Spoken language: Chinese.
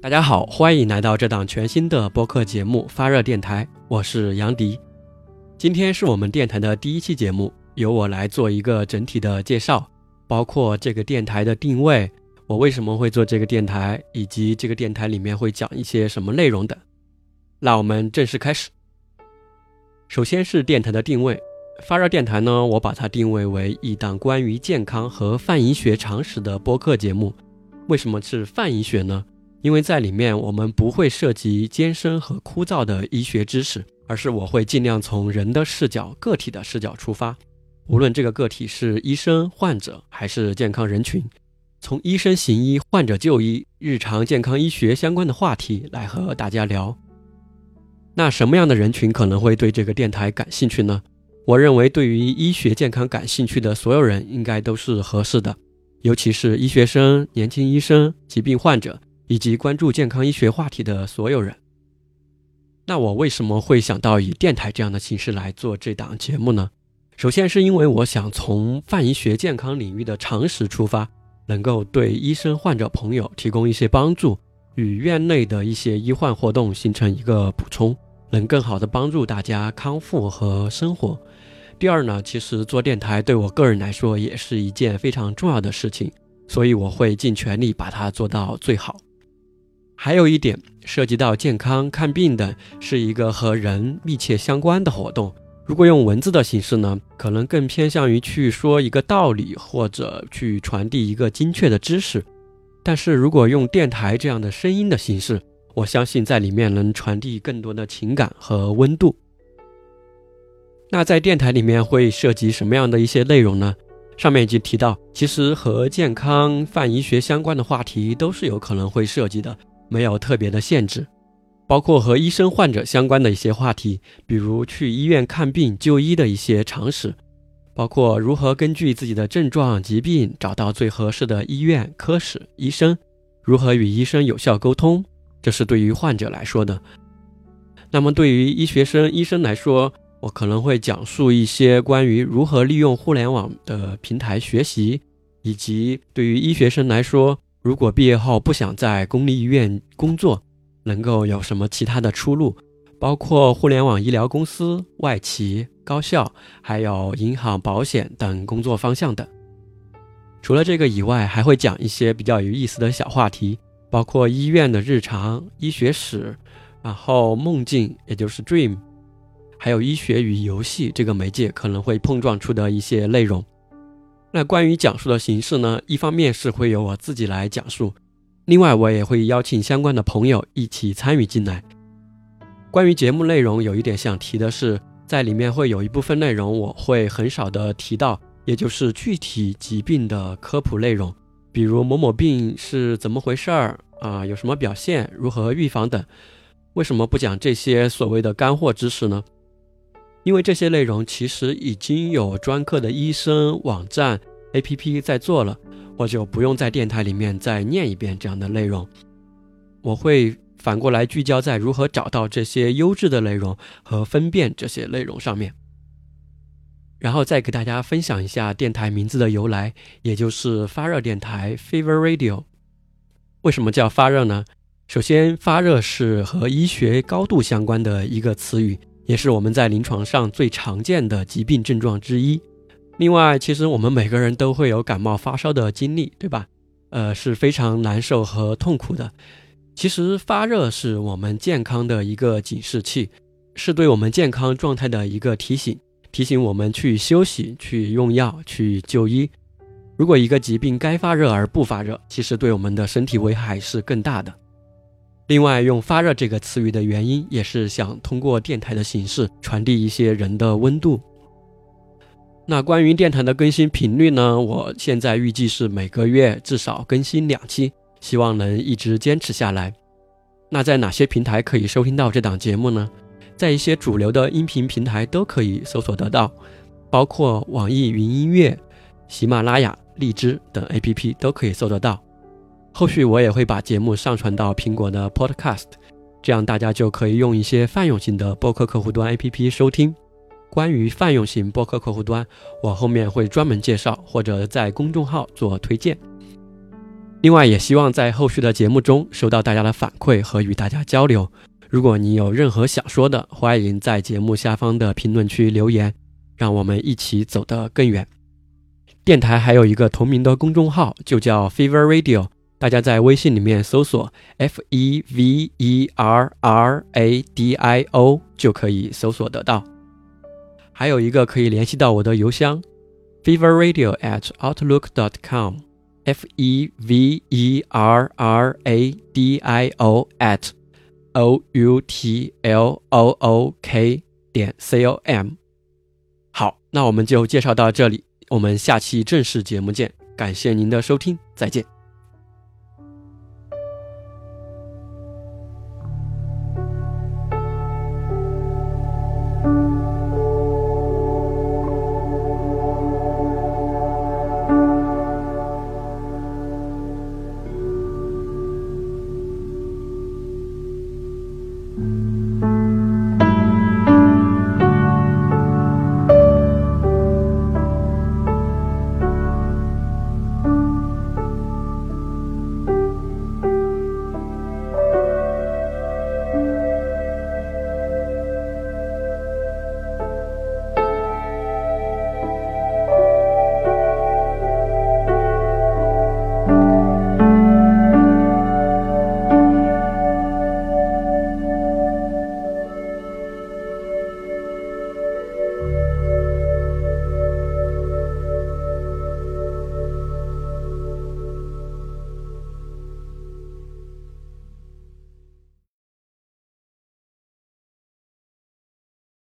大家好，欢迎来到这档全新的播客节目发热电台，我是杨迪。今天是我们电台的第一期节目，由我来做一个整体的介绍，包括这个电台的定位，我为什么会做这个电台，以及这个电台里面会讲一些什么内容等。那我们正式开始。首先是电台的定位，发热电台呢，我把它定位为一档关于健康和泛医学常识的播客节目。为什么是泛医学呢？因为在里面我们不会涉及艰深和枯燥的医学知识，而是我会尽量从人的视角、个体的视角出发，无论这个个体是医生、患者还是健康人群，从医生行医、患者就医、日常健康医学相关的话题来和大家聊。那什么样的人群可能会对这个电台感兴趣呢？我认为对于医学健康感兴趣的所有人应该都是合适的，尤其是医学生、年轻医生、疾病患者以及关注健康医学话题的所有人。那我为什么会想到以电台这样的形式来做这档节目呢？首先是因为我想从泛医学健康领域的常识出发，能够对医生患者朋友提供一些帮助，与院内的一些医患活动形成一个补充，能更好的帮助大家康复和生活。第二呢，其实做电台对我个人来说也是一件非常重要的事情，所以我会尽全力把它做到最好。还有一点，涉及到健康、看病等，是一个和人密切相关的活动。如果用文字的形式呢，可能更偏向于去说一个道理，或者去传递一个精确的知识。但是如果用电台这样的声音的形式，我相信在里面能传递更多的情感和温度。那在电台里面会涉及什么样的一些内容呢？上面已经提到，其实和健康、泛医学相关的话题都是有可能会涉及的，没有特别的限制，包括和医生患者相关的一些话题，比如去医院看病就医的一些常识，包括如何根据自己的症状疾病找到最合适的医院科室医生，如何与医生有效沟通，这是对于患者来说的。那么对于医学生医生来说，我可能会讲述一些关于如何利用互联网的平台学习，以及对于医学生来说，如果毕业后不想在公立医院工作，能够有什么其他的出路，包括互联网医疗公司、外企、高校，还有银行、保险等工作方向等。除了这个以外，还会讲一些比较有意思的小话题，包括医院的日常、医学史，然后梦境，也就是 dream， 还有医学与游戏这个媒介可能会碰撞出的一些内容。那关于讲述的形式呢，一方面是会由我自己来讲述，另外我也会邀请相关的朋友一起参与进来。关于节目内容，有一点想提的是，在里面会有一部分内容我会很少的提到，也就是具体疾病的科普内容，比如某某病是怎么回事儿有什么表现，如何预防等。为什么不讲这些所谓的干货知识呢？因为这些内容其实已经有专科的医生、网站、APP 在做了，我就不用在电台里面再念一遍这样的内容。我会反过来聚焦在如何找到这些优质的内容和分辨这些内容上面。然后再给大家分享一下电台名字的由来，也就是发热电台 Fever Radio。 为什么叫发热呢？首先，发热是和医学高度相关的一个词语，也是我们在临床上最常见的疾病症状之一。另外，其实我们每个人都会有感冒发烧的经历，对吧？是非常难受和痛苦的。其实发热是我们健康的一个警示器，是对我们健康状态的一个提醒，提醒我们去休息、去用药、去就医。如果一个疾病该发热而不发热，其实对我们的身体危害是更大的。另外，用发热这个词语的原因，也是想通过电台的形式传递一些人的温度。那关于电台的更新频率呢，我现在预计是每个月至少更新2期，希望能一直坚持下来。那在哪些平台可以收听到这档节目呢？在一些主流的音频平台都可以搜索得到，包括网易云音乐、喜马拉雅、荔枝等 APP 都可以搜得到。后续我也会把节目上传到苹果的 Podcast， 这样大家就可以用一些泛用型的播客客户端 APP 收听。关于泛用型播客客户端，我后面会专门介绍，或者在公众号做推荐。 另外也希望在后续的节目中收到大家的反馈和与大家交流。如果你有任何想说的，欢迎在节目下方的评论区留言，让我们一起走得更远。电台还有一个同名的公众号，就叫 Fever Radio， 大家在微信里面搜索 FEVERRADIO 就可以搜索得到。还有一个可以联系到我的邮箱 feverradio@outlook.com feverradio@outlook.com。 好，那我们就介绍到这里，我们下期正式节目见，感谢您的收听，再见。